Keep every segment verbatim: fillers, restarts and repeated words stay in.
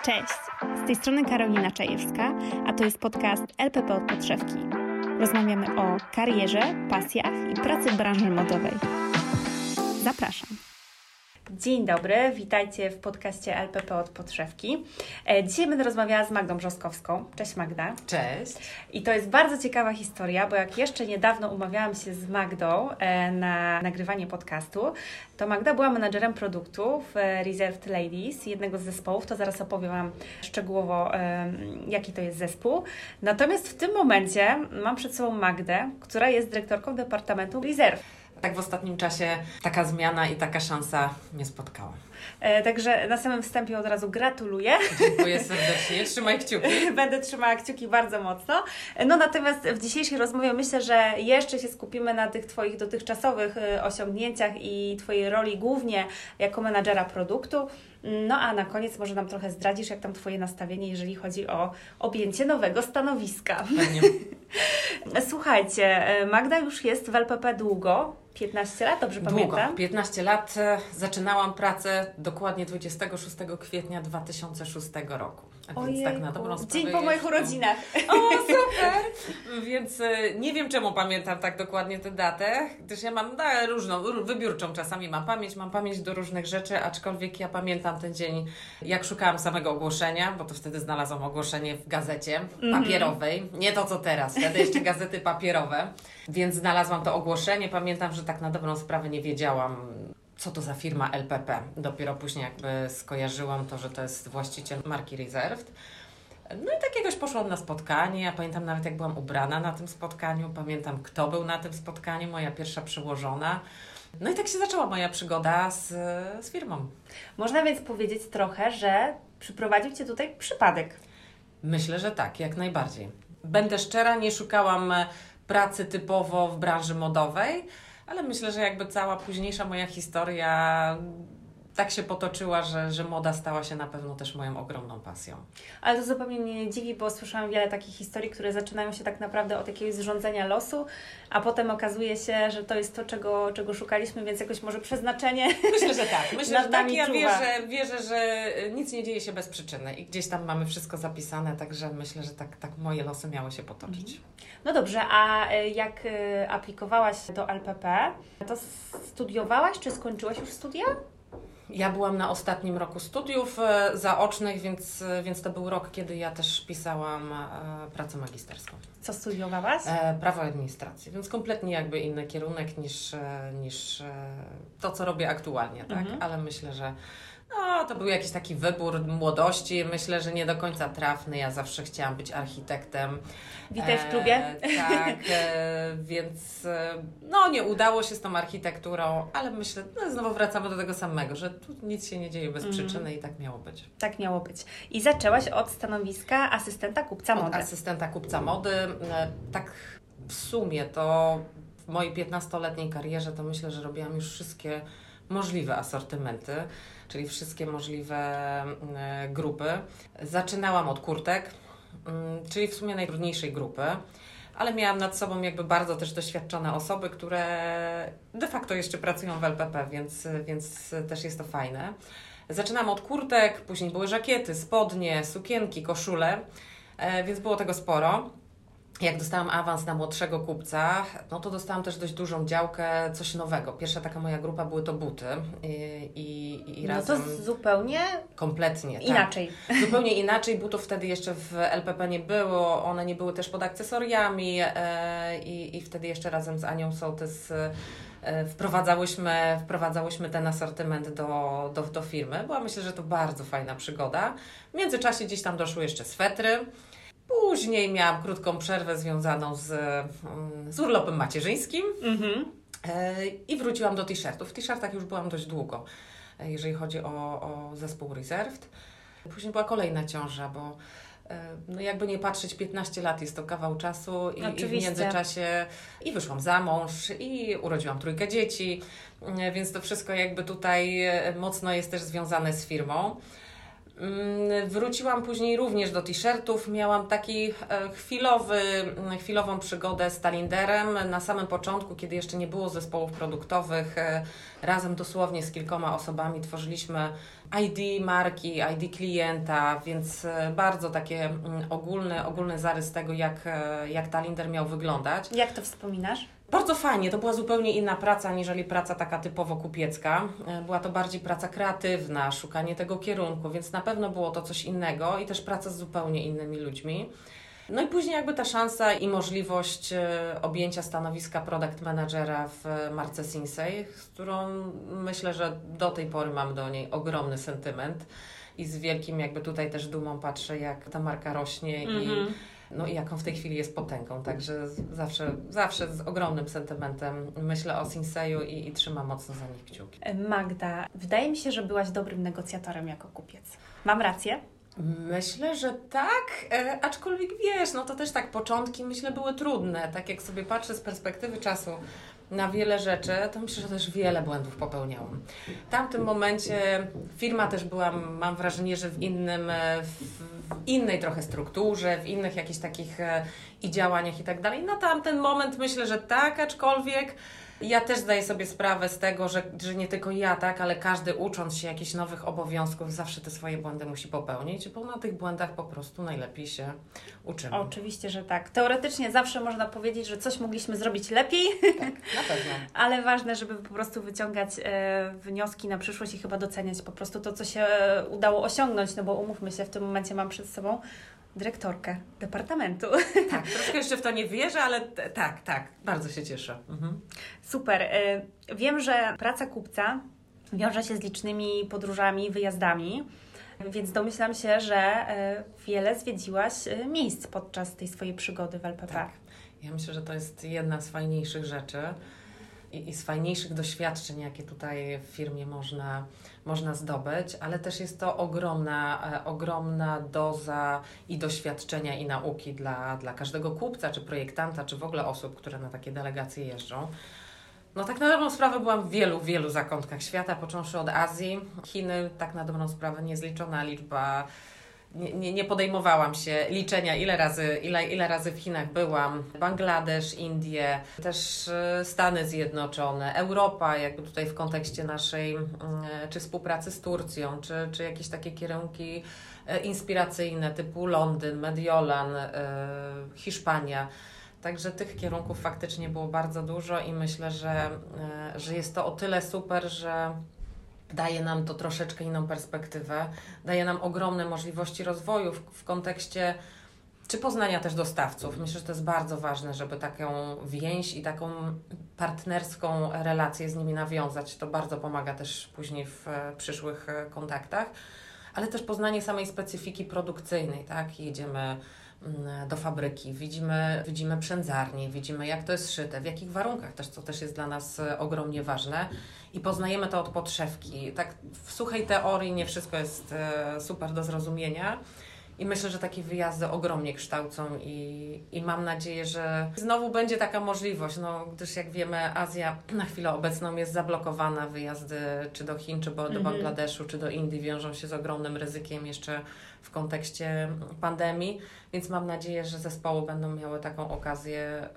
Cześć, z tej strony Karolina Czajewska, a to jest podcast L P P od podszewki. Rozmawiamy o karierze, pasjach i pracy w branży modowej. Zapraszam. Dzień dobry, witajcie w podcaście L P P od podszewki. Dzisiaj będę rozmawiała z Magdą Brzoskowską. Cześć Magda. Cześć. I to jest bardzo ciekawa historia, bo jak jeszcze niedawno umawiałam się z Magdą na nagrywanie podcastu, to Magda była menadżerem produktu w Reserved Ladies, jednego z zespołów. To zaraz opowiem Wam szczegółowo, jaki to jest zespół. Natomiast w tym momencie mam przed sobą Magdę, która jest dyrektorką Departamentu Reserve. Tak w ostatnim czasie taka zmiana i taka szansa mnie spotkała. E, także na samym wstępie od razu gratuluję. Dziękuję serdecznie. Trzymaj kciuki. Będę trzymała kciuki bardzo mocno. No natomiast w dzisiejszej rozmowie myślę, że jeszcze się skupimy na tych Twoich dotychczasowych osiągnięciach i Twojej roli głównie jako menadżera produktu. No a na koniec może nam trochę zdradzisz, jak tam Twoje nastawienie, jeżeli chodzi o objęcie nowego stanowiska. Pewnie. Słuchajcie, Magda już jest w L P P długo. piętnaście lat, dobrze Długo. pamiętam? piętnaście lat. Zaczynałam pracę dokładnie dwudziestego szóstego kwietnia dwa tysiące szóstego roku. A więc Ojejku, tak na dobrą sprawę dzień po moich jeszcze... urodzinach. O, super! Więc nie wiem, czemu pamiętam tak dokładnie tę datę, gdyż ja mam no, różną, wybiórczą czasami mam pamięć, mam pamięć do różnych rzeczy, aczkolwiek ja pamiętam ten dzień, jak szukałam samego ogłoszenia, bo to wtedy znalazłam ogłoszenie w gazecie papierowej, mm-hmm. nie to co teraz, wtedy jeszcze gazety papierowe, więc znalazłam to ogłoszenie. Pamiętam, że tak na dobrą sprawę nie wiedziałam, co to za firma L P P. Dopiero później jakby skojarzyłam to, że to jest właściciel marki Reserved. No i tak jakoś poszłam na spotkanie. Ja pamiętam nawet, jak byłam ubrana na tym spotkaniu. Pamiętam, kto był na tym spotkaniu. Moja pierwsza przełożona. No i tak się zaczęła moja przygoda z, z firmą. Można więc powiedzieć trochę, że przyprowadził Cię tutaj przypadek. Myślę, że tak, jak najbardziej. Będę szczera, nie szukałam pracy typowo w branży modowej, ale myślę, że jakby cała późniejsza moja historia tak się potoczyła, że, że moda stała się na pewno też moją ogromną pasją. Ale to zupełnie mnie nie dziwi, bo słyszałam wiele takich historii, które zaczynają się tak naprawdę od jakiegoś zrządzenia losu, a potem okazuje się, że to jest to, czego, czego szukaliśmy, więc jakoś może przeznaczenie. Myślę, że tak. Myślę, że tak. Ja czuwa. wierzę, wierzę, że nic nie dzieje się bez przyczyny i gdzieś tam mamy wszystko zapisane, także myślę, że tak, tak moje losy miały się potoczyć. No dobrze, a jak aplikowałaś do L P P, to studiowałaś, czy skończyłaś już studia? Ja byłam na ostatnim roku studiów e, zaocznych, więc, więc to był rok, kiedy ja też pisałam e, pracę magisterską. Co studiowałaś? E, prawo i administracji, więc kompletnie jakby inny kierunek niż, e, niż e, to, co robię aktualnie, tak? Mhm. Ale myślę, że no, to był jakiś taki wybór młodości, myślę, że nie do końca trafny. Ja zawsze chciałam być architektem. Witaj w klubie. E, tak, e, więc e, no nie udało się z tą architekturą, ale myślę, no znowu wracamy do tego samego, że tu nic się nie dzieje bez mm. przyczyny i tak miało być. Tak miało być. I zaczęłaś od stanowiska asystenta kupca mody. Od asystenta kupca mody. E, tak w sumie to w mojej piętnastoletniej karierze to myślę, że robiłam już wszystkie możliwe asortymenty, czyli wszystkie możliwe e, grupy. Zaczynałam od kurtek, czyli w sumie najtrudniejszej grupy, ale miałam nad sobą jakby bardzo też doświadczone osoby, które de facto jeszcze pracują w L P P, więc, więc też jest to fajne. Zaczynałam od kurtek, później były żakiety, spodnie, sukienki, koszule, więc było tego sporo. Jak dostałam awans na młodszego kupca, no to dostałam też dość dużą działkę, coś nowego. Pierwsza taka moja grupa były to buty i, i, i razem... No to zupełnie... Kompletnie, inaczej. Tak. Zupełnie inaczej. Butów wtedy jeszcze w L P P nie było, one nie były też pod akcesoriami e, i, i wtedy jeszcze razem z Anią Sołtys e, wprowadzałyśmy, wprowadzałyśmy ten asortyment do, do, do firmy. Była myślę, że to bardzo fajna przygoda. W międzyczasie gdzieś tam doszły jeszcze swetry. Później miałam krótką przerwę związaną z, z urlopem macierzyńskim mm-hmm. i wróciłam do t-shirtów. W t-shirtach już byłam dość długo, jeżeli chodzi o, o zespół Reserved. Później była kolejna ciąża, bo no jakby nie patrzeć, piętnaście lat jest to kawał czasu i, i w międzyczasie i wyszłam za mąż i urodziłam trójkę dzieci, więc to wszystko jakby tutaj mocno jest też związane z firmą. Wróciłam później również do t-shirtów. Miałam taki chwilowy, chwilową przygodę z Talinderem. Na samym początku, kiedy jeszcze nie było zespołów produktowych, razem dosłownie z kilkoma osobami tworzyliśmy I D marki, I D klienta, więc bardzo takie ogólny, ogólny zarys tego, jak, jak Talinder miał wyglądać. Jak to wspominasz? Bardzo fajnie, to była zupełnie inna praca, niżeli praca taka typowo kupiecka. Była to bardziej praca kreatywna, szukanie tego kierunku, więc na pewno było to coś innego i też praca z zupełnie innymi ludźmi. No i później jakby ta szansa i możliwość objęcia stanowiska product managera w marce Sinsay, z którą myślę, że do tej pory mam do niej ogromny sentyment i z wielkim jakby tutaj też dumą patrzę, jak ta marka rośnie mm-hmm. i no i jaką w tej chwili jest potęgą, także zawsze, zawsze z ogromnym sentymentem myślę o Sinsayu i, i trzymam mocno za nich kciuki. Magda, wydaje mi się, że byłaś dobrym negocjatorem jako kupiec. Mam rację? Myślę, że tak, e, aczkolwiek wiesz, no to też tak początki myślę były trudne, tak jak sobie patrzę z perspektywy czasu na wiele rzeczy, to myślę, że też wiele błędów popełniałam. W tamtym momencie firma też była, mam wrażenie, że w innym, w innej trochę strukturze, w innych jakichś takich i działaniach i tak dalej. Na tamten moment myślę, że tak, aczkolwiek ja też zdaję sobie sprawę z tego, że, że nie tylko ja, tak, ale każdy ucząc się jakichś nowych obowiązków zawsze te swoje błędy musi popełnić, bo na tych błędach po prostu najlepiej się uczymy. Oczywiście, że tak. Teoretycznie zawsze można powiedzieć, że coś mogliśmy zrobić lepiej, tak, na pewno. Ale ważne, żeby po prostu wyciągać e, wnioski na przyszłość i chyba doceniać po prostu to, co się udało osiągnąć, no bo umówmy się, w tym momencie mam przed sobą dyrektorkę departamentu. Tak, troszkę jeszcze w to nie wierzę, ale t- tak, tak, bardzo się cieszę. Mhm. Super. Wiem, że praca kupca wiąże się z licznymi podróżami, wyjazdami, więc domyślam się, że wiele zwiedziłaś miejsc podczas tej swojej przygody w L P P. Tak. Ja myślę, że to jest jedna z fajniejszych rzeczy i, i z fajniejszych doświadczeń, jakie tutaj w firmie można, można zdobyć, ale też jest to ogromna, e, ogromna doza i doświadczenia i nauki dla, dla każdego kupca, czy projektanta, czy w ogóle osób, które na takie delegacje jeżdżą. No tak na dobrą sprawę byłam w wielu, wielu zakątkach świata, począwszy od Azji. Chiny, tak na dobrą sprawę niezliczona liczba. Nie, nie, nie podejmowałam się liczenia, ile razy, ile, ile razy w Chinach byłam. Bangladesz, Indie, też Stany Zjednoczone, Europa, jakby tutaj w kontekście naszej czy współpracy z Turcją, czy, czy jakieś takie kierunki inspiracyjne typu Londyn, Mediolan, Hiszpania. Także tych kierunków faktycznie było bardzo dużo i myślę, że, że jest to o tyle super, że daje nam to troszeczkę inną perspektywę, daje nam ogromne możliwości rozwoju w, w kontekście czy poznania też dostawców. Myślę, że to jest bardzo ważne, żeby taką więź i taką partnerską relację z nimi nawiązać. To bardzo pomaga też później w przyszłych kontaktach, ale też poznanie samej specyfiki produkcyjnej, tak? Jedziemy do fabryki, widzimy, widzimy przędzarnię, widzimy jak to jest szyte, w jakich warunkach też, co też jest dla nas ogromnie ważne i poznajemy to od podszewki. Tak w suchej teorii nie wszystko jest super do zrozumienia i myślę, że takie wyjazdy ogromnie kształcą i, i mam nadzieję, że znowu będzie taka możliwość, no, gdyż jak wiemy Azja na chwilę obecną jest zablokowana, wyjazdy czy do Chin, czy do Bangladeszu, czy do Indii wiążą się z ogromnym ryzykiem jeszcze w kontekście pandemii, więc mam nadzieję, że zespoły będą miały taką okazję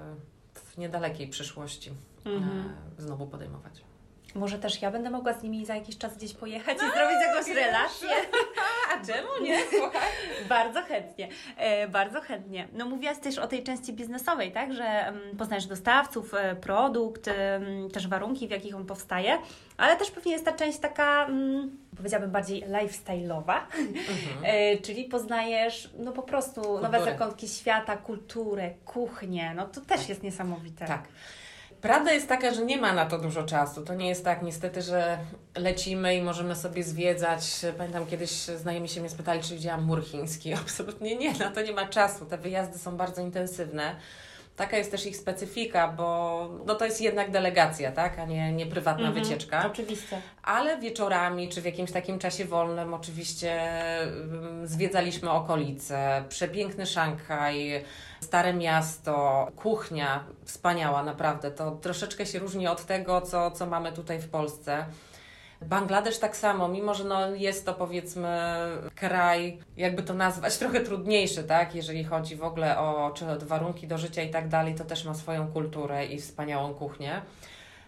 w niedalekiej przyszłości mm-hmm. znowu podejmować. Może też ja będę mogła z nimi za jakiś czas gdzieś pojechać i A, zrobić jakąś relację. A czemu nie? Bardzo chętnie, e, bardzo chętnie. No mówiłaś też o tej części biznesowej, tak? Że um, poznajesz dostawców, e, produkt, e, też warunki, w jakich on powstaje, ale też pewnie jest ta część taka, um, powiedziałabym bardziej lifestyle'owa, mhm. e, czyli poznajesz no po prostu Kulturę. Nowe zakątki świata, kulturę, kuchnię, no to też jest niesamowite. Tak. Prawda jest taka, że nie ma na to dużo czasu. To nie jest tak niestety, że lecimy i możemy sobie zwiedzać. Pamiętam kiedyś znajomi się mnie spytali, czy widziałam mur chiński. Absolutnie nie, na to nie ma czasu. Te wyjazdy są bardzo intensywne. Taka jest też ich specyfika, bo no to jest jednak delegacja, tak, a nie, nie prywatna mhm, wycieczka. Oczywiście. Ale wieczorami, czy w jakimś takim czasie wolnym oczywiście um, zwiedzaliśmy okolice. Przepiękny Szanghaj, Stare Miasto, kuchnia wspaniała naprawdę. To troszeczkę się różni od tego, co, co mamy tutaj w Polsce. Bangladesz tak samo, mimo że no jest to powiedzmy kraj, jakby to nazwać, trochę trudniejszy, tak, jeżeli chodzi w ogóle o czy warunki do życia i tak dalej, to też ma swoją kulturę i wspaniałą kuchnię.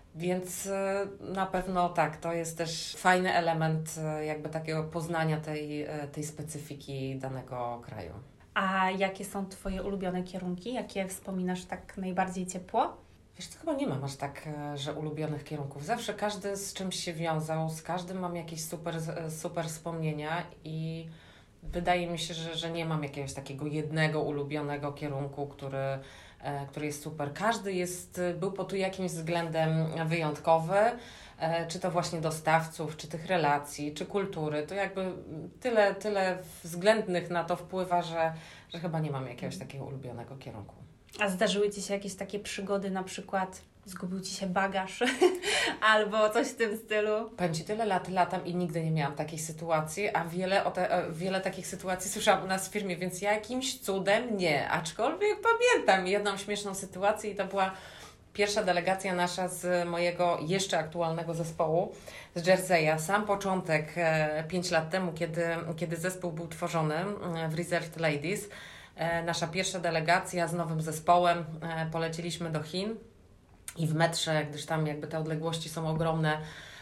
Więc na pewno tak, to jest też fajny element jakby takiego poznania tej, tej specyfiki danego kraju. A jakie są Twoje ulubione kierunki? Jakie wspominasz tak najbardziej ciepło? Wiesz co, chyba nie mam aż tak, że ulubionych kierunków. Zawsze każdy z czymś się wiązał, z każdym mam jakieś super, super wspomnienia i wydaje mi się, że, że nie mam jakiegoś takiego jednego ulubionego kierunku, który, który jest super. Każdy jest, był pod jakimś względem wyjątkowy, czy to właśnie dostawców, czy tych relacji, czy kultury. To jakby tyle, tyle względnych na to wpływa, że, że chyba nie mam jakiegoś takiego ulubionego kierunku. A zdarzyły Ci się jakieś takie przygody, na przykład zgubił Ci się bagaż albo coś w tym stylu? Powiem Ci, tyle lat latam i nigdy nie miałam takiej sytuacji, a wiele, o te, wiele takich sytuacji słyszałam u nas w firmie, więc jakimś cudem nie. Aczkolwiek pamiętam jedną śmieszną sytuację i to była pierwsza delegacja nasza z mojego jeszcze aktualnego zespołu z Jersey'a. Sam początek, pięć lat temu, kiedy, kiedy zespół był tworzony w Reserved Ladies. Nasza pierwsza delegacja z nowym zespołem, polecieliśmy do Chin i w metrze, gdyż tam jakby te odległości są ogromne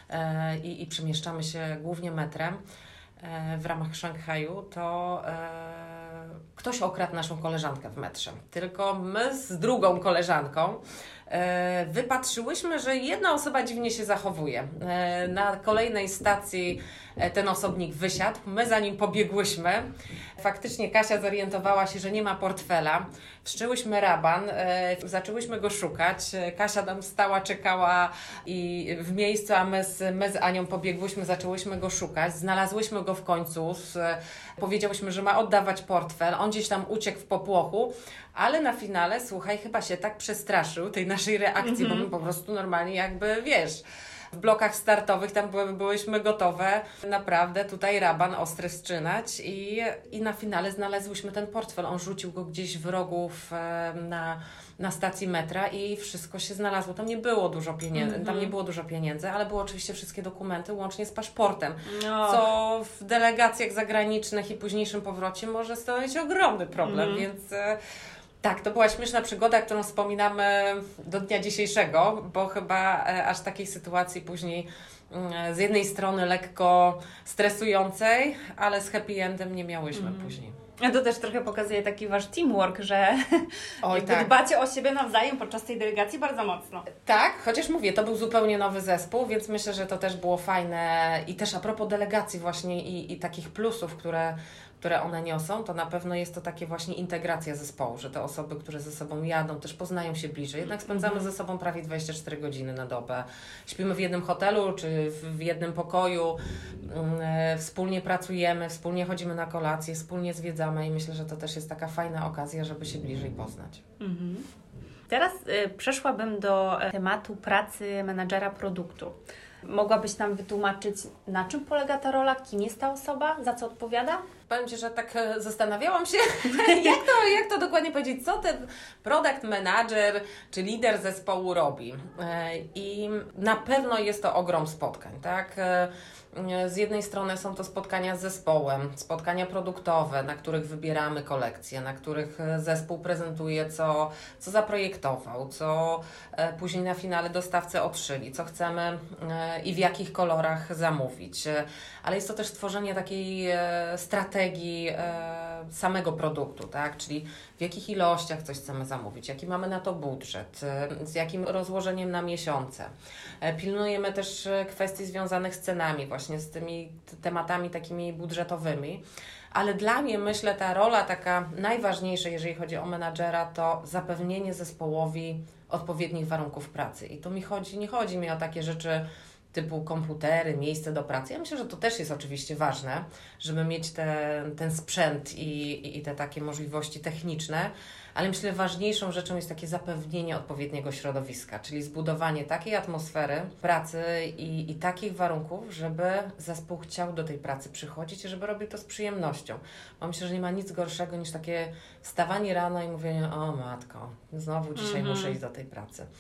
i, i przemieszczamy się głównie metrem w ramach Szanghaju, to ktoś okradł naszą koleżankę w metrze. Tylko my z drugą koleżanką wypatrzyłyśmy, że jedna osoba dziwnie się zachowuje. Na kolejnej stacji ten osobnik wysiadł, my za nim pobiegłyśmy. Faktycznie Kasia zorientowała się, że nie ma portfela. Wszczyłyśmy raban, zaczęłyśmy go szukać. Kasia tam stała, czekała i w miejscu, a my z, my z Anią pobiegłyśmy, zaczęłyśmy go szukać. Znalazłyśmy go w końcu. Powiedziałyśmy, że ma oddawać portfel. On gdzieś tam uciekł w popłochu, ale na finale, słuchaj, chyba się tak przestraszył tej naszej reakcji, mm-hmm. bo my po prostu normalnie jakby, wiesz, w blokach startowych tam były, byłyśmy gotowe naprawdę tutaj raban ostry strzynać i, i na finale znalazłyśmy ten portfel. On rzucił go gdzieś w rogu w, na, na stacji metra i wszystko się znalazło. Tam nie było dużo pieniędzy, mm-hmm. tam nie było dużo pieniędzy, ale było oczywiście wszystkie dokumenty łącznie z paszportem, no. co w delegacjach zagranicznych i późniejszym powrocie może stanowić ogromny problem, mm-hmm. więc... Tak, to była śmieszna przygoda, którą wspominamy do dnia dzisiejszego, bo chyba aż takiej sytuacji później z jednej strony lekko stresującej, ale z happy endem nie miałyśmy mm. później. A to też trochę pokazuje taki Wasz teamwork, że Oj, tak. dbacie o siebie nawzajem podczas tej delegacji bardzo mocno. Tak, chociaż mówię, to był zupełnie nowy zespół, więc myślę, że to też było fajne i też a propos delegacji właśnie i, i takich plusów, które które one niosą, to na pewno jest to takie właśnie integracja zespołu, że te osoby, które ze sobą jadą, też poznają się bliżej. Jednak spędzamy ze sobą prawie dwadzieścia cztery godziny na dobę. Śpimy w jednym hotelu, czy w jednym pokoju, yy, wspólnie pracujemy, wspólnie chodzimy na kolacje, wspólnie zwiedzamy i myślę, że to też jest taka fajna okazja, żeby się bliżej poznać. Mhm. Teraz y, przeszłabym do tematu pracy menadżera produktu. Mogłabyś nam wytłumaczyć, na czym polega ta rola, kim jest ta osoba, za co odpowiada? Powiem Ci, że tak zastanawiałam się, jak to, jak to dokładnie powiedzieć, co ten product manager czy lider zespołu robi. I na pewno jest to ogrom spotkań, tak? Z jednej strony są to spotkania z zespołem, spotkania produktowe, na których wybieramy kolekcje, na których zespół prezentuje, co, co zaprojektował, co później na finale dostawcy odszyli, co chcemy i w jakich kolorach zamówić. Ale jest to też tworzenie takiej strategii samego produktu, tak? Czyli w jakich ilościach coś chcemy zamówić, jaki mamy na to budżet, z jakim rozłożeniem na miesiące. Pilnujemy też kwestii związanych z cenami, właśnie z tymi tematami takimi budżetowymi. Ale dla mnie, myślę, ta rola taka najważniejsza, jeżeli chodzi o menadżera, to zapewnienie zespołowi odpowiednich warunków pracy. I tu mi chodzi, nie chodzi mi o takie rzeczy typu komputery, miejsce do pracy. Ja myślę, że to też jest oczywiście ważne, żeby mieć te, ten sprzęt i, i, i te takie możliwości techniczne, ale myślę, że ważniejszą rzeczą jest takie zapewnienie odpowiedniego środowiska, czyli zbudowanie takiej atmosfery pracy i, i takich warunków, żeby zespół chciał do tej pracy przychodzić i żeby robił to z przyjemnością. Bo myślę, że nie ma nic gorszego niż takie wstawanie rano i mówienie: o matko, znowu dzisiaj mm-hmm. muszę iść do tej pracy.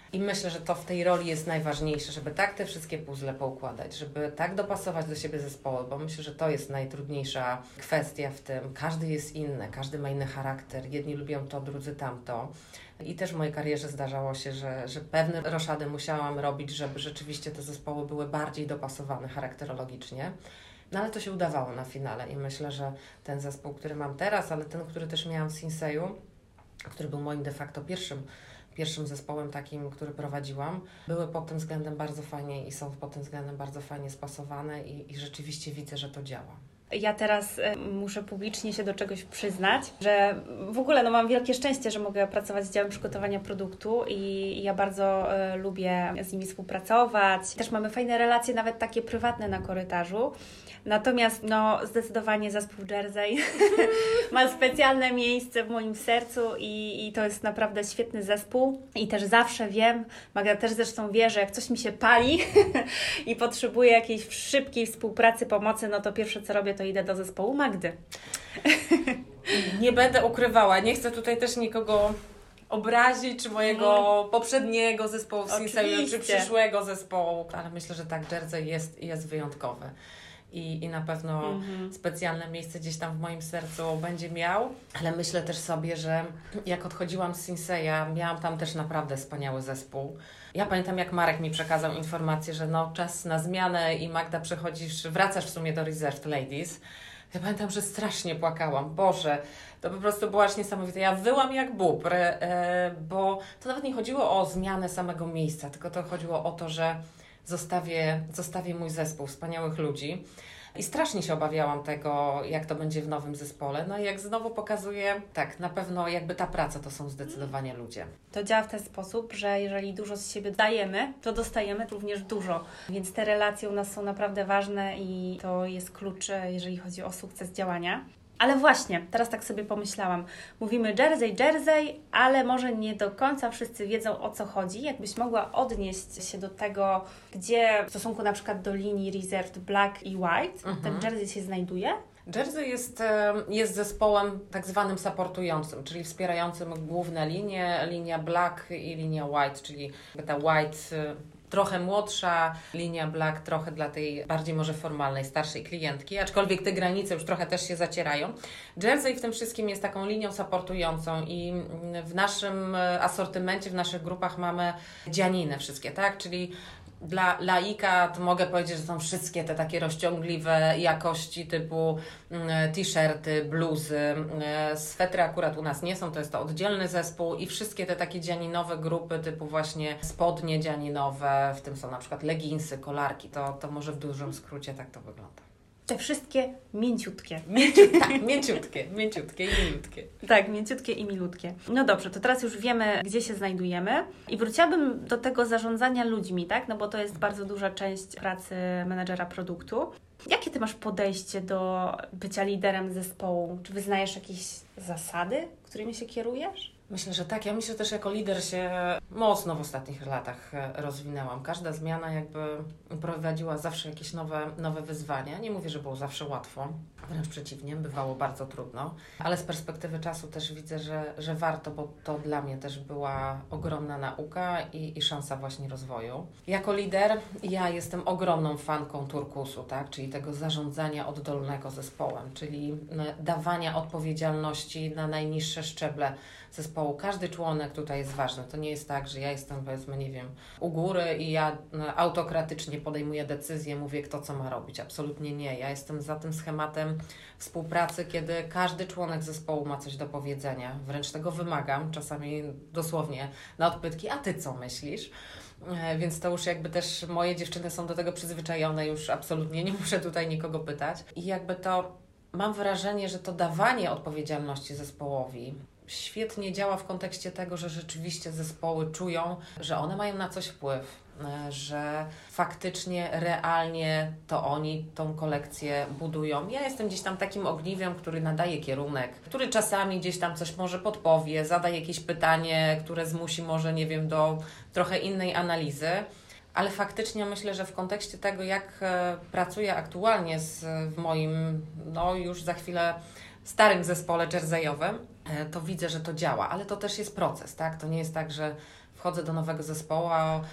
I myślę, że to w tej roli jest najważniejsze, żeby tak te wszystkie puzzle poukładać, żeby tak dopasować do siebie zespoły, bo myślę, że to jest najtrudniejsza kwestia w tym. Każdy jest inny, każdy ma inny charakter. Jedni lubią to, drudzy tamto. I też w mojej karierze zdarzało się, że, że pewne roszady musiałam robić, żeby rzeczywiście te zespoły były bardziej dopasowane charakterologicznie. No ale to się udawało na finale i myślę, że ten zespół, który mam teraz, ale ten, który też miałam w Sinseju, który był moim de facto pierwszym pierwszym zespołem takim, który prowadziłam, były pod tym względem bardzo fajnie i są pod tym względem bardzo fajnie spasowane i, i rzeczywiście widzę, że to działa. Ja teraz y, muszę publicznie się do czegoś przyznać, że w ogóle no, mam wielkie szczęście, że mogę pracować z działem przygotowania produktu i, i ja bardzo y, lubię z nimi współpracować. Też mamy fajne relacje, nawet takie prywatne na korytarzu. Natomiast no, zdecydowanie zespół Jersey ma specjalne miejsce w moim sercu i, i to jest naprawdę świetny zespół. I też zawsze wiem, Magda też zresztą wie, że jak coś mi się pali i potrzebuję jakiejś szybkiej współpracy, pomocy, no to pierwsze co robię, to idę do zespołu Magdy. Nie będę ukrywała, nie chcę tutaj też nikogo obrazić, czy mojego mm. poprzedniego zespołu w Sinseju, czy przyszłego zespołu, ale myślę, że tak, Jersey jest, jest wyjątkowy. I, i na pewno mm-hmm. specjalne miejsce gdzieś tam w moim sercu będzie miał, ale myślę też sobie, że jak odchodziłam z Sinseya, miałam tam też naprawdę wspaniały zespół. Ja pamiętam, jak Marek mi przekazał informację, że no czas na zmianę i Magda przechodzisz, wracasz w sumie do Reserved Ladies. Ja pamiętam, że strasznie płakałam. Boże, to po prostu było aż niesamowite. Ja wyłam jak bóbr, e, bo to nawet nie chodziło o zmianę samego miejsca, tylko to chodziło o to, że Zostawię, zostawię mój zespół wspaniałych ludzi i strasznie się obawiałam tego, jak to będzie w nowym zespole. No i jak znowu pokazuje, tak, na pewno jakby ta praca to są zdecydowanie ludzie. To działa w ten sposób, że jeżeli dużo z siebie dajemy, to dostajemy również dużo. Więc te relacje u nas są naprawdę ważne i to jest klucz, jeżeli chodzi o sukces działania. Ale właśnie, teraz tak sobie pomyślałam, mówimy Jersey, Jersey, ale może nie do końca wszyscy wiedzą, o co chodzi. Jakbyś mogła odnieść się do tego, gdzie w stosunku na przykład do linii Reserved Black i White mhm. ten Jersey się znajduje? Jersey jest, jest zespołem tak zwanym supportującym, czyli wspierającym główne linie, linia Black i linia White, czyli ta White trochę młodsza, linia Black trochę dla tej bardziej może formalnej, starszej klientki, aczkolwiek te granice już trochę też się zacierają. Jersey w tym wszystkim jest taką linią supportującą i w naszym asortymencie, w naszych grupach mamy dzianiny wszystkie, tak? Czyli dla laika to mogę powiedzieć, że są wszystkie te takie rozciągliwe jakości typu t-shirty, bluzy, swetry akurat u nas nie są, to jest to oddzielny zespół i wszystkie te takie dzianinowe grupy typu właśnie spodnie dzianinowe, w tym są na przykład leginsy, kolarki, to, to może w dużym skrócie tak to wygląda. Te wszystkie mięciutkie. Mięciut, tak, mięciutkie, mięciutkie i milutkie. Tak, mięciutkie i milutkie. No dobrze, to teraz już wiemy, gdzie się znajdujemy i wróciłabym do tego zarządzania ludźmi, tak? No bo to jest bardzo duża część pracy menadżera produktu. Jakie Ty masz podejście do bycia liderem zespołu? Czy wyznajesz jakieś zasady, którymi się kierujesz? Myślę, że tak. Ja myślę, że też jako lider się mocno w ostatnich latach rozwinęłam. Każda zmiana jakby prowadziła zawsze jakieś nowe, nowe wyzwania. Nie mówię, że było zawsze łatwo, wręcz przeciwnie, bywało bardzo trudno, ale z perspektywy czasu też widzę, że, że warto, bo to dla mnie też była ogromna nauka i, i szansa właśnie rozwoju. Jako lider ja jestem ogromną fanką turkusu, tak? Czyli tego zarządzania oddolnego zespołem, czyli dawania odpowiedzialności na najniższe szczeble zespołu. Każdy członek tutaj jest ważny. To nie jest tak, że ja jestem, powiedzmy, nie wiem, u góry i ja autokratycznie podejmuję decyzję, mówię, kto co ma robić. Absolutnie nie. Ja jestem za tym schematem współpracy, kiedy każdy członek zespołu ma coś do powiedzenia. Wręcz tego wymagam, czasami dosłownie na odpytki, a Ty co myślisz? Więc to już jakby też moje dziewczyny są do tego przyzwyczajone, już absolutnie nie muszę tutaj nikogo pytać. I jakby to mam wrażenie, że to dawanie odpowiedzialności zespołowi świetnie działa w kontekście tego, że rzeczywiście zespoły czują, że one mają na coś wpływ, że faktycznie, realnie to oni tą kolekcję budują. Ja jestem gdzieś tam takim ogniwem, który nadaje kierunek, który czasami gdzieś tam coś może podpowie, zada jakieś pytanie, które zmusi może, nie wiem, do trochę innej analizy. Ale faktycznie myślę, że w kontekście tego, jak pracuję aktualnie z, w moim, no już za chwilę starym zespole jerseyowym, to widzę, że to działa, ale to też jest proces, tak? To nie jest tak, że wchodzę do nowego zespołu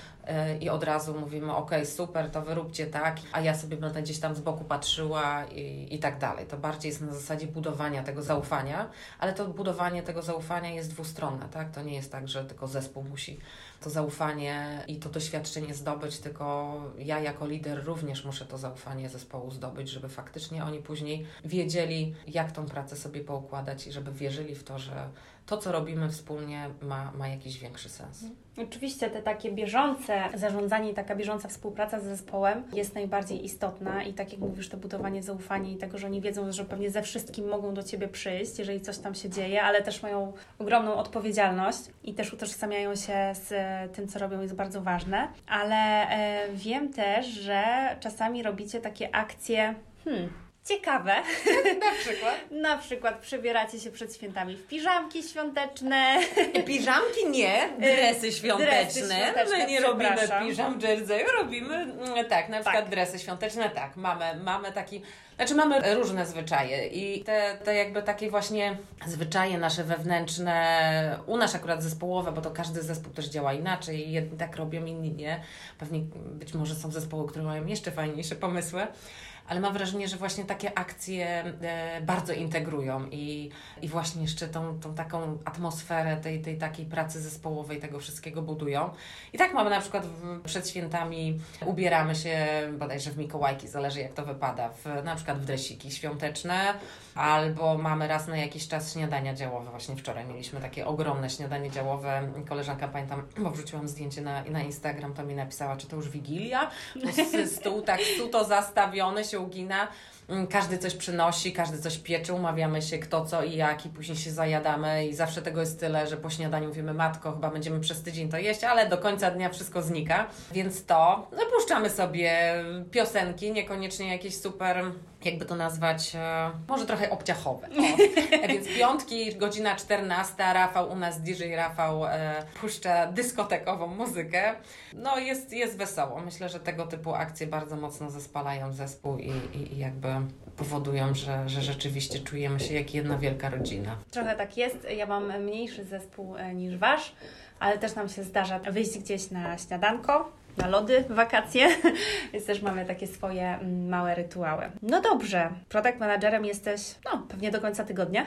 i od razu mówimy, ok, super, to wy róbcie tak, a ja sobie będę gdzieś tam z boku patrzyła i, i tak dalej. To bardziej jest na zasadzie budowania tego zaufania, ale to budowanie tego zaufania jest dwustronne, tak? To nie jest tak, że tylko zespół musi to zaufanie i to doświadczenie zdobyć, tylko ja jako lider również muszę to zaufanie zespołu zdobyć, żeby faktycznie oni później wiedzieli, jak tą pracę sobie poukładać i żeby wierzyli w to, że to, co robimy wspólnie, ma, ma jakiś większy sens. Oczywiście te takie bieżące zarządzanie i taka bieżąca współpraca z zespołem jest najbardziej istotna i tak jak mówisz, to budowanie zaufania i tego, że oni wiedzą, że pewnie ze wszystkim mogą do Ciebie przyjść, jeżeli coś tam się dzieje, ale też mają ogromną odpowiedzialność i też utożsamiają się z tym, co robią, jest bardzo ważne. Ale e, wiem też, że czasami robicie takie akcje, hmm, ciekawe. Na przykład? Na przykład przebieracie się przed świętami w piżamki świąteczne. Piżamki nie, dresy świąteczne. Dresy świąteczne. My nie robimy piżam, jerseyu, robimy tak, na przykład tak. Dresy świąteczne, tak. Mamy, mamy taki, znaczy mamy różne zwyczaje i te, te jakby takie właśnie zwyczaje nasze wewnętrzne, u nas akurat zespołowe, bo to każdy zespół też działa inaczej, jedni tak robią, inni nie. Pewnie być może są zespoły, które mają jeszcze fajniejsze pomysły. Ale mam wrażenie, że właśnie takie akcje e, bardzo integrują i, i właśnie jeszcze tą, tą taką atmosferę tej, tej takiej pracy zespołowej, tego wszystkiego budują. I tak mamy na przykład w, przed świętami ubieramy się bodajże w Mikołajki, zależy jak to wypada, w, na przykład w dresiki świąteczne, albo mamy raz na jakiś czas śniadania działowe. Właśnie wczoraj mieliśmy takie ogromne śniadanie działowe. Koleżanka, pamiętam, bo wrzuciłam zdjęcie na, na Instagram, to mi napisała, czy to już Wigilia? Bo stół tak suto zastawiony, się ugina, każdy coś przynosi, każdy coś piecze, umawiamy się kto co i jak i później się zajadamy i zawsze tego jest tyle, że po śniadaniu mówimy, matko, chyba będziemy przez tydzień to jeść, ale do końca dnia wszystko znika, więc to no, puszczamy sobie piosenki, niekoniecznie jakieś super, jakby to nazwać, e, może trochę obciachowe. O. Więc piątki, godzina czternasta, Rafał, u nas D J Rafał e, puszcza dyskotekową muzykę. No jest, jest wesoło. Myślę, że tego typu akcje bardzo mocno zespalają zespół i, i, i jakby powodują, że, że rzeczywiście czujemy się jak jedna wielka rodzina. Trochę tak jest. Ja mam mniejszy zespół e, niż Wasz, ale też nam się zdarza wyjść gdzieś na śniadanko, na lody w wakacje, więc też mamy takie swoje małe rytuały. No dobrze, product managerem jesteś, no pewnie do końca tygodnia.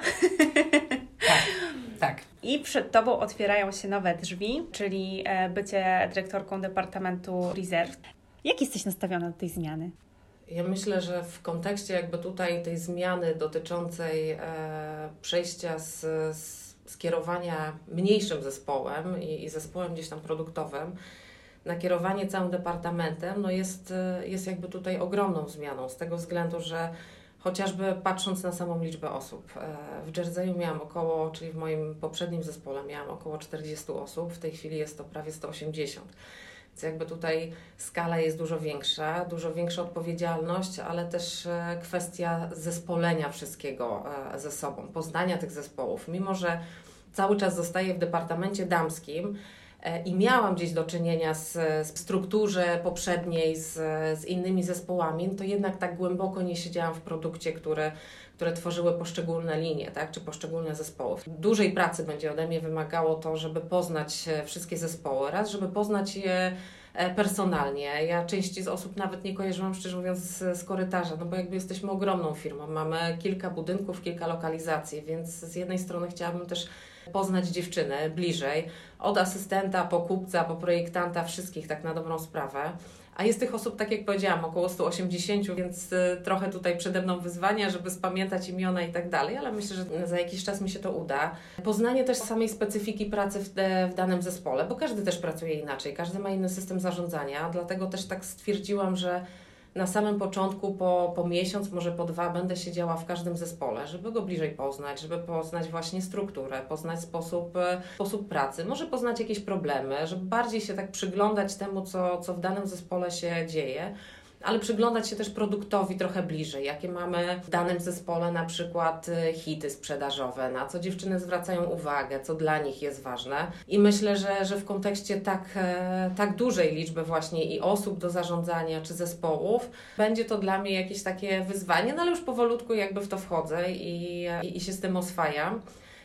Tak, tak. I przed Tobą otwierają się nowe drzwi, czyli bycie dyrektorką Departamentu Reserve. Jak jesteś nastawiona do tej zmiany? Ja myślę, że w kontekście jakby tutaj tej zmiany dotyczącej e, przejścia z, z skierowania mniejszym zespołem i, i zespołem gdzieś tam produktowym, na kierowanie całym departamentem, no jest, jest jakby tutaj ogromną zmianą, z tego względu, że chociażby patrząc na samą liczbę osób. W Jerseyu miałam około, czyli w moim poprzednim zespole miałam około czterdzieści osób, w tej chwili jest to prawie sto osiemdziesiąt. Więc jakby tutaj skala jest dużo większa, dużo większa odpowiedzialność, ale też kwestia zespolenia wszystkiego ze sobą, poznania tych zespołów. Mimo że cały czas zostaję w departamencie damskim, i miałam gdzieś do czynienia z, z strukturze poprzedniej, z, z innymi zespołami, to jednak tak głęboko nie siedziałam w produkcie, które, które tworzyły poszczególne linie, tak, czy poszczególne zespoły. Dużej pracy będzie ode mnie wymagało to, żeby poznać wszystkie zespoły, raz, żeby poznać je personalnie. Ja części z osób nawet nie kojarzyłam, szczerze mówiąc, z, z korytarza, no bo jakby jesteśmy ogromną firmą, mamy kilka budynków, kilka lokalizacji, więc z jednej strony chciałabym też poznać dziewczynę bliżej, od asystenta po kupca, po projektanta, wszystkich tak na dobrą sprawę. A jest tych osób, tak jak powiedziałam, około sto osiemdziesiąt, więc trochę tutaj przede mną wyzwania, żeby spamiętać imiona i tak dalej, ale myślę, że za jakiś czas mi się to uda. Poznanie też samej specyfiki pracy w, de, w danym zespole, bo każdy też pracuje inaczej, każdy ma inny system zarządzania, dlatego też tak stwierdziłam, że na samym początku, po, po miesiąc, może po dwa, będę siedziała w każdym zespole, żeby go bliżej poznać, żeby poznać właśnie strukturę, poznać sposób, sposób pracy, może poznać jakieś problemy, żeby bardziej się tak przyglądać temu, co, co w danym zespole się dzieje, ale przyglądać się też produktowi trochę bliżej, jakie mamy w danym zespole na przykład hity sprzedażowe, na co dziewczyny zwracają uwagę, co dla nich jest ważne. I myślę, że, że w kontekście tak, tak dużej liczby właśnie i osób do zarządzania, czy zespołów, będzie to dla mnie jakieś takie wyzwanie, no ale już powolutku jakby w to wchodzę i, i, i się z tym oswajam.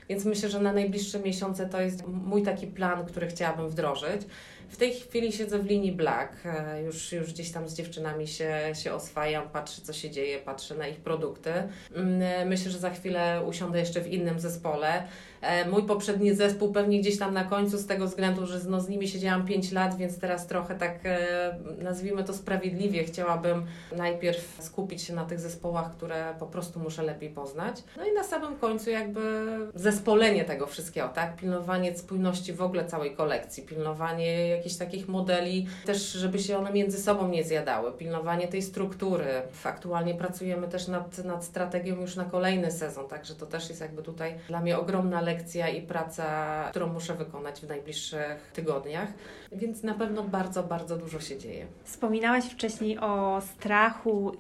więc myślę, że na najbliższe miesiące to jest mój taki plan, który chciałabym wdrożyć. W tej chwili siedzę w linii Black, już, już gdzieś tam z dziewczynami się, się oswajam, patrzę co się dzieje, patrzę na ich produkty. Myślę, że za chwilę usiądę jeszcze w innym zespole. Mój poprzedni zespół pewnie gdzieś tam na końcu z tego względu, że no, z nimi siedziałam pięć lat, więc teraz trochę tak nazwijmy to sprawiedliwie chciałabym najpierw skupić się na tych zespołach, które po prostu muszę lepiej poznać. No i na samym końcu jakby zespolenie tego wszystkiego, tak? Pilnowanie spójności w ogóle całej kolekcji, pilnowanie jakichś takich modeli, też żeby się one między sobą nie zjadały, pilnowanie tej struktury. Aktualnie pracujemy też nad, nad strategią już na kolejny sezon, także to też jest jakby tutaj dla mnie ogromna lekcja i praca, którą muszę wykonać w najbliższych tygodniach, więc na pewno bardzo, bardzo dużo się dzieje. Wspominałaś wcześniej o strachu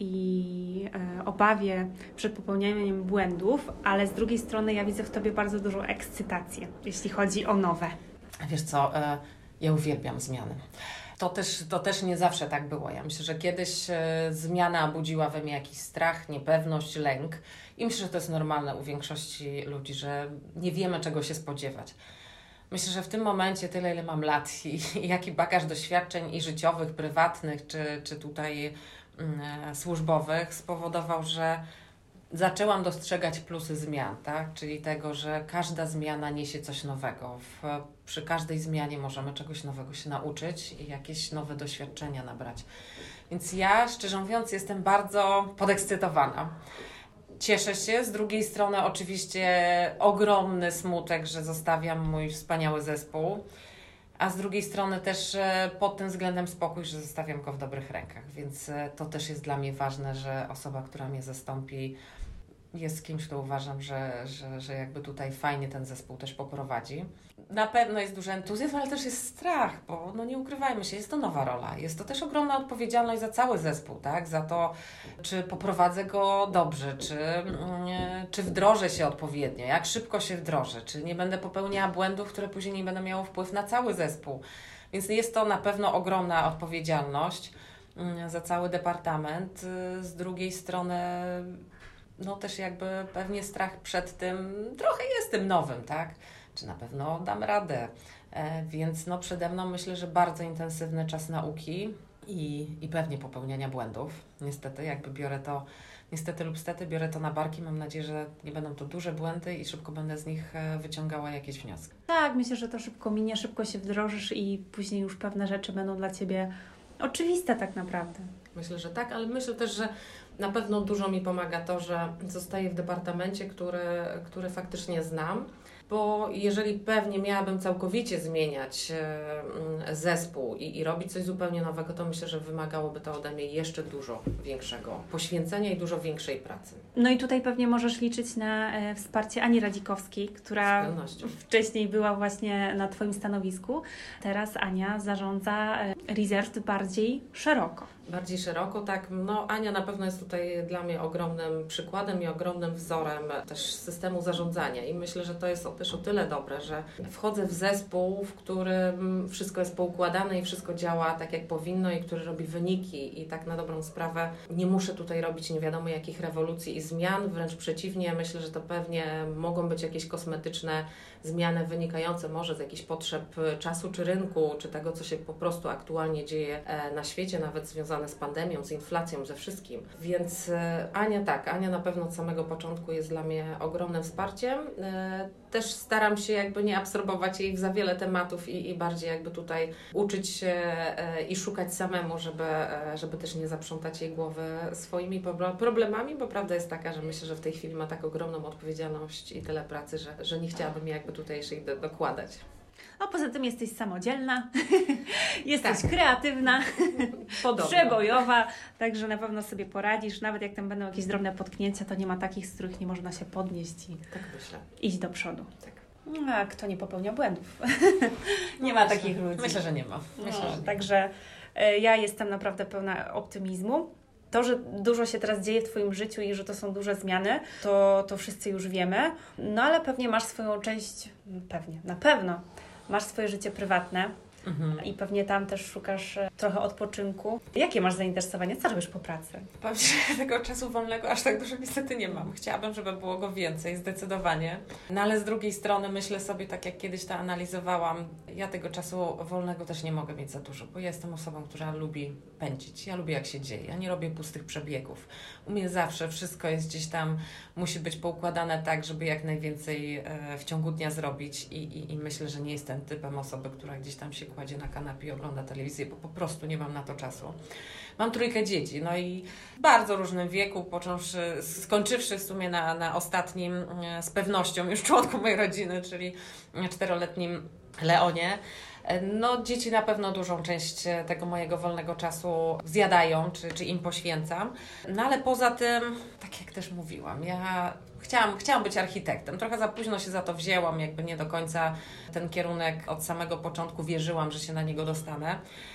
i e, obawie przed popełnianiem błędów, ale z drugiej strony ja widzę w Tobie bardzo dużą ekscytację, jeśli chodzi o nowe. Wiesz co, e, ja uwielbiam zmiany. To też, to też nie zawsze tak było. Ja myślę, że kiedyś e, zmiana budziła we mnie jakiś strach, niepewność, lęk i myślę, że to jest normalne u większości ludzi, że nie wiemy czego się spodziewać. Myślę, że w tym momencie tyle, ile mam lat i, i jaki bagaż doświadczeń i życiowych, prywatnych, czy, czy tutaj mm, służbowych spowodował, że zaczęłam dostrzegać plusy zmian, tak? Czyli tego, że każda zmiana niesie coś nowego. W, przy każdej zmianie możemy czegoś nowego się nauczyć i jakieś nowe doświadczenia nabrać. Więc ja, szczerze mówiąc, jestem bardzo podekscytowana. Cieszę się, z drugiej strony oczywiście ogromny smutek, że zostawiam mój wspaniały zespół, a z drugiej strony też pod tym względem spokój, że zostawiam go w dobrych rękach, więc to też jest dla mnie ważne, że osoba, która mnie zastąpi, jest kimś, kto uważam, że, że, że jakby tutaj fajnie ten zespół też poprowadzi. Na pewno jest duży entuzjazm, ale też jest strach, bo no nie ukrywajmy się, jest to nowa rola. Jest to też ogromna odpowiedzialność za cały zespół, tak? Za to, czy poprowadzę go dobrze, czy, czy wdrożę się odpowiednio, jak szybko się wdrożę, czy nie będę popełniała błędów, które później nie będą miały wpływ na cały zespół. Więc jest to na pewno ogromna odpowiedzialność za cały departament. Z drugiej strony no też jakby pewnie strach przed tym, trochę jest tym nowym, tak? Czy na pewno dam radę. E, więc no przede mną myślę, że bardzo intensywny czas nauki i, i pewnie popełniania błędów. Niestety, jakby biorę to, niestety lub stety, biorę to na barki. Mam nadzieję, że nie będą to duże błędy i szybko będę z nich wyciągała jakieś wnioski. Tak, myślę, że to szybko minie, szybko się wdrożysz i później już pewne rzeczy będą dla Ciebie oczywiste tak naprawdę. Myślę, że tak, ale myślę też, że na pewno dużo mi pomaga to, że zostaję w departamencie, który, który faktycznie znam, bo jeżeli pewnie miałabym całkowicie zmieniać zespół i, i robić coś zupełnie nowego, to myślę, że wymagałoby to ode mnie jeszcze dużo większego poświęcenia i dużo większej pracy. No i tutaj pewnie możesz liczyć na e, wsparcie Ani Radzikowskiej, która wcześniej była właśnie na Twoim stanowisku. Teraz Ania zarządza e, Reserved bardziej szeroko. Bardziej szeroko, tak. No Ania na pewno jest tutaj dla mnie ogromnym przykładem i ogromnym wzorem też systemu zarządzania i myślę, że to jest też o tyle dobre, że wchodzę w zespół, w którym wszystko jest poukładane i wszystko działa tak jak powinno i który robi wyniki i tak na dobrą sprawę nie muszę tutaj robić nie wiadomo jakich rewolucji i zmian, wręcz przeciwnie, myślę, że to pewnie mogą być jakieś kosmetyczne zmiany wynikające może z jakichś potrzeb czasu czy rynku, czy tego, co się po prostu aktualnie dzieje na świecie, nawet związane z pandemią, z inflacją, ze wszystkim. Więc Ania tak, Ania na pewno od samego początku jest dla mnie ogromnym wsparciem. Też staram się jakby nie absorbować jej w za wiele tematów i, i bardziej jakby tutaj uczyć się i szukać samemu, żeby, żeby też nie zaprzątać jej głowy swoimi problemami, bo prawda jest taka, że myślę, że w tej chwili ma tak ogromną odpowiedzialność i tyle pracy, że, że nie chciałabym jakby tutaj jeszcze jej do, dokładać. A poza tym jesteś samodzielna, jesteś tak. kreatywna, Podobno. przebojowa, także na pewno sobie poradzisz. Nawet jak tam będą jakieś drobne potknięcia, to nie ma takich, z których nie można się podnieść i tak myślę. iść do przodu. Tak. A kto nie popełnia błędów? nie no ma myślę, takich ludzi. Myślę, że nie ma. Myślę, no, że nie także ma. Ja jestem naprawdę pełna optymizmu. To, że dużo się teraz dzieje w Twoim życiu i że to są duże zmiany, to, to wszyscy już wiemy. No ale pewnie masz swoją część, pewnie, na pewno, masz swoje życie prywatne, mhm. i pewnie tam też szukasz trochę odpoczynku. Jakie masz zainteresowania? Co robisz po pracy? Powiem Ci, że tego czasu wolnego aż tak dużo niestety nie mam. Chciałabym, żeby było go więcej, zdecydowanie. No ale z drugiej strony myślę sobie, tak jak kiedyś to analizowałam, ja tego czasu wolnego też nie mogę mieć za dużo, bo ja jestem osobą, która lubi pędzić. Ja lubię jak się dzieje. Ja nie robię pustych przebiegów. U mnie zawsze wszystko jest gdzieś tam, musi być poukładane tak, żeby jak najwięcej e, w ciągu dnia zrobić i, i, i myślę, że nie jestem typem osoby, która gdzieś tam się kładzie na kanapie i ogląda telewizję, bo po prostu nie mam na to czasu. Mam trójkę dzieci, no i w bardzo różnym wieku, począwszy, skończywszy w sumie na, na ostatnim e, z pewnością już członku mojej rodziny, czyli czteroletnim Leonie. No dzieci na pewno dużą część tego mojego wolnego czasu zjadają, czy, czy im poświęcam. No ale poza tym, tak jak też mówiłam, ja chciałam, chciałam być architektem. Trochę za późno się za to wzięłam, jakby nie do końca ten kierunek od samego początku wierzyłam, że się na niego dostanę.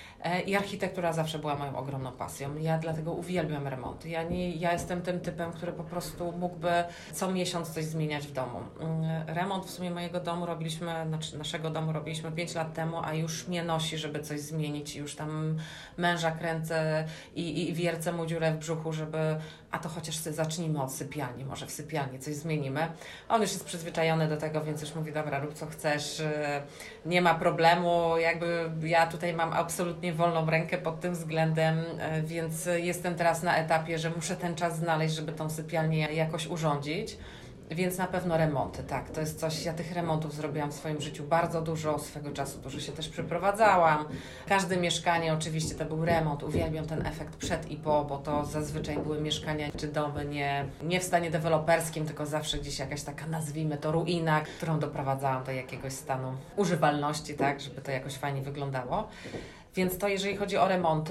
I architektura zawsze była moją ogromną pasją. Ja dlatego uwielbiam remonty. Ja, nie, ja jestem tym typem, który po prostu mógłby co miesiąc coś zmieniać w domu. Remont w sumie mojego domu robiliśmy, znaczy naszego domu robiliśmy pięć lat temu, a już mnie nosi, żeby coś zmienić. Już tam męża kręcę i, i wiercę mu dziurę w brzuchu, żeby a to chociaż sobie zacznijmy od sypialni, może w sypialni coś zmienimy. On już jest przyzwyczajony do tego, więc już mówi, dobra, rób co chcesz, nie ma problemu, jakby ja tutaj mam absolutnie wolną rękę pod tym względem, więc jestem teraz na etapie, że muszę ten czas znaleźć, żeby tą sypialnię jakoś urządzić. Więc na pewno remonty, tak, to jest coś, ja tych remontów zrobiłam w swoim życiu bardzo dużo, swego czasu dużo się też przeprowadzałam. Każde mieszkanie oczywiście to był remont, uwielbiam ten efekt przed i po, bo to zazwyczaj były mieszkania czy domy nie, nie w stanie deweloperskim, tylko zawsze gdzieś jakaś taka, nazwijmy to, ruina, którą doprowadzałam do jakiegoś stanu używalności, tak, żeby to jakoś fajnie wyglądało. Więc to jeżeli chodzi o remonty,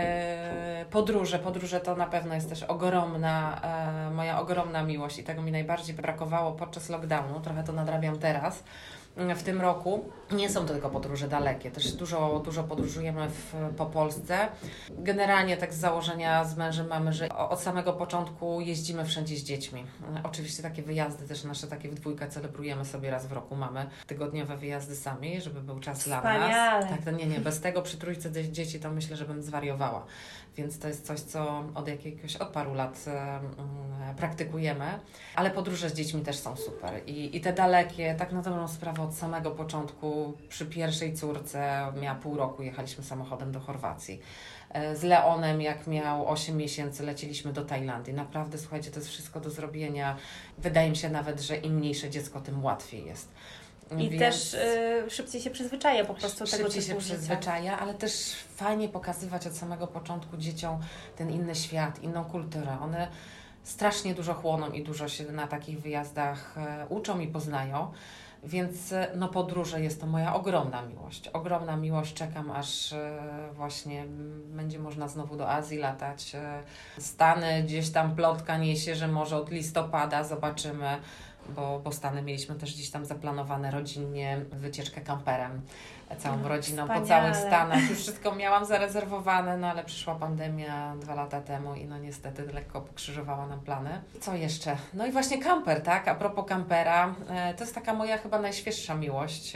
e, podróże, podróże to na pewno jest też ogromna, e, moja ogromna miłość i tego mi najbardziej brakowało podczas lockdownu, trochę to nadrabiam teraz. W tym roku nie są to tylko podróże dalekie, też dużo, dużo podróżujemy w, po Polsce. Generalnie tak z założenia z mężem mamy, że od samego początku jeździmy wszędzie z dziećmi. Oczywiście takie wyjazdy też nasze takie w dwójkę celebrujemy sobie raz w roku, mamy tygodniowe wyjazdy sami, żeby był czas Wspaniale. dla nas. Tak, to nie, nie, bez tego przy trójce dzieci to myślę, że bym zwariowała. Więc to jest coś, co od jakiegoś, od paru lat e, praktykujemy. Ale podróże z dziećmi też są super. I, i te dalekie, tak na dobrą sprawę od samego początku, przy pierwszej córce, miała pół roku, jechaliśmy samochodem do Chorwacji. E, z Leonem, jak miał osiem miesięcy, leciliśmy do Tajlandii. Naprawdę, słuchajcie, to jest wszystko do zrobienia. Wydaje mi się nawet, że im mniejsze dziecko, tym łatwiej jest. I Więc też y, szybciej się przyzwyczaja po prostu tego Szybciej się przyzwyczaja, ale też fajnie pokazywać od samego początku dzieciom ten inny świat, inną kulturę. One strasznie dużo chłoną i dużo się na takich wyjazdach e, uczą i poznają. Więc no podróże jest to moja ogromna miłość. Ogromna miłość. Czekam, aż e, właśnie będzie można znowu do Azji latać. E, Stany, gdzieś tam plotka niesie, że może od listopada zobaczymy. Bo, bo Stany mieliśmy też gdzieś tam zaplanowane rodzinnie wycieczkę kamperem, całą no, rodziną wspaniale. Po całych Stanach. Już wszystko miałam zarezerwowane, no ale przyszła pandemia dwa lata temu i no niestety lekko pokrzyżowała nam plany. Co jeszcze? No i właśnie kamper, tak? A propos kampera, to jest taka moja chyba najświeższa miłość,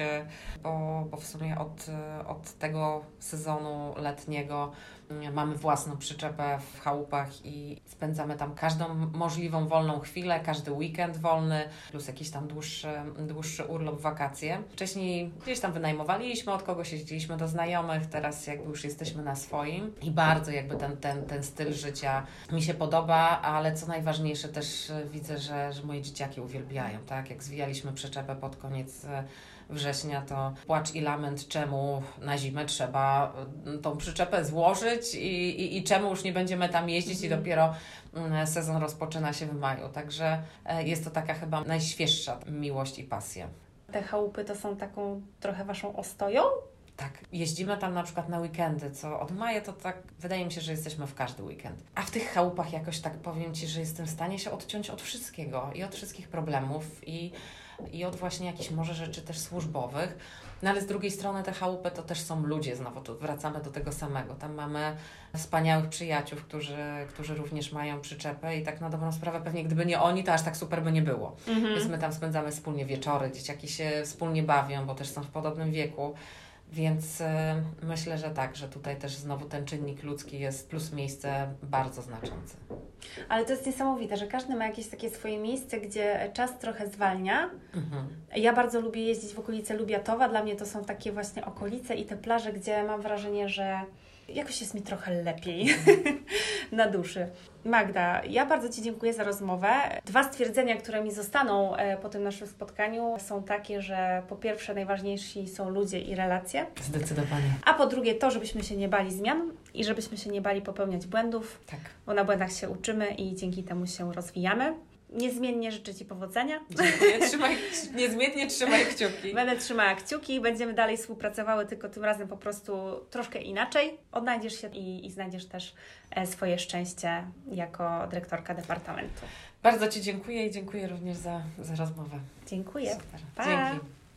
bo, bo w sumie od, od tego sezonu letniego mamy własną przyczepę w chałupach i spędzamy tam każdą możliwą wolną chwilę, każdy weekend wolny, plus jakiś tam dłuższy, dłuższy urlop, wakacje. Wcześniej gdzieś tam wynajmowaliśmy od kogoś, jeździliśmy do znajomych, teraz jakby już jesteśmy na swoim i bardzo jakby ten, ten, ten styl życia mi się podoba, ale co najważniejsze też widzę, że, że moje dzieciaki uwielbiają, tak? Jak zwijaliśmy przyczepę pod koniec września, to płacz i lament, czemu na zimę trzeba tą przyczepę złożyć i, i, i czemu już nie będziemy tam jeździć i dopiero sezon rozpoczyna się w maju. Także jest to taka chyba najświeższa miłość i pasja. Te chałupy to są taką trochę Waszą ostoją? Tak, jeździmy tam na przykład na weekendy, co od maja to tak, wydaje mi się, że jesteśmy w każdy weekend. A w tych chałupach jakoś tak powiem Ci, że jestem w stanie się odciąć od wszystkiego i od wszystkich problemów i i od właśnie jakichś może rzeczy też służbowych. No ale z drugiej strony te chałupy to też są ludzie, znowu tu wracamy do tego samego. Tam mamy wspaniałych przyjaciół, którzy, którzy również mają przyczepę i tak na dobrą sprawę pewnie gdyby nie oni, to aż tak super by nie było. Mhm. Więc my tam spędzamy wspólnie wieczory, dzieciaki się wspólnie bawią, bo też są w podobnym wieku. Więc e, myślę, że tak, że tutaj też znowu ten czynnik ludzki jest plus miejsce bardzo znaczący. Ale to jest niesamowite, że każdy ma jakieś takie swoje miejsce, gdzie czas trochę zwalnia. Mhm. Ja bardzo lubię jeździć w okolice Lubiatowa. Dla mnie to są takie właśnie okolice i te plaże, gdzie mam wrażenie, że jakoś jest mi trochę lepiej na duszy. Magda, ja bardzo Ci dziękuję za rozmowę. Dwa stwierdzenia, które mi zostaną po tym naszym spotkaniu są takie, że po pierwsze najważniejsi są ludzie i relacje. Zdecydowanie. A po drugie to, żebyśmy się nie bali zmian i żebyśmy się nie bali popełniać błędów, tak. Bo na błędach się uczymy i dzięki temu się rozwijamy. Niezmiennie życzę Ci powodzenia. Dziękuję. Trzymaj, niezmiennie trzymaj kciuki. Będę trzymała kciuki, będziemy dalej współpracowały, tylko tym razem po prostu troszkę inaczej. Odnajdziesz się i, i znajdziesz też swoje szczęście jako dyrektorka departamentu. Bardzo Ci dziękuję i dziękuję również za, za rozmowę. Dziękuję. Super. Pa. Dzięki.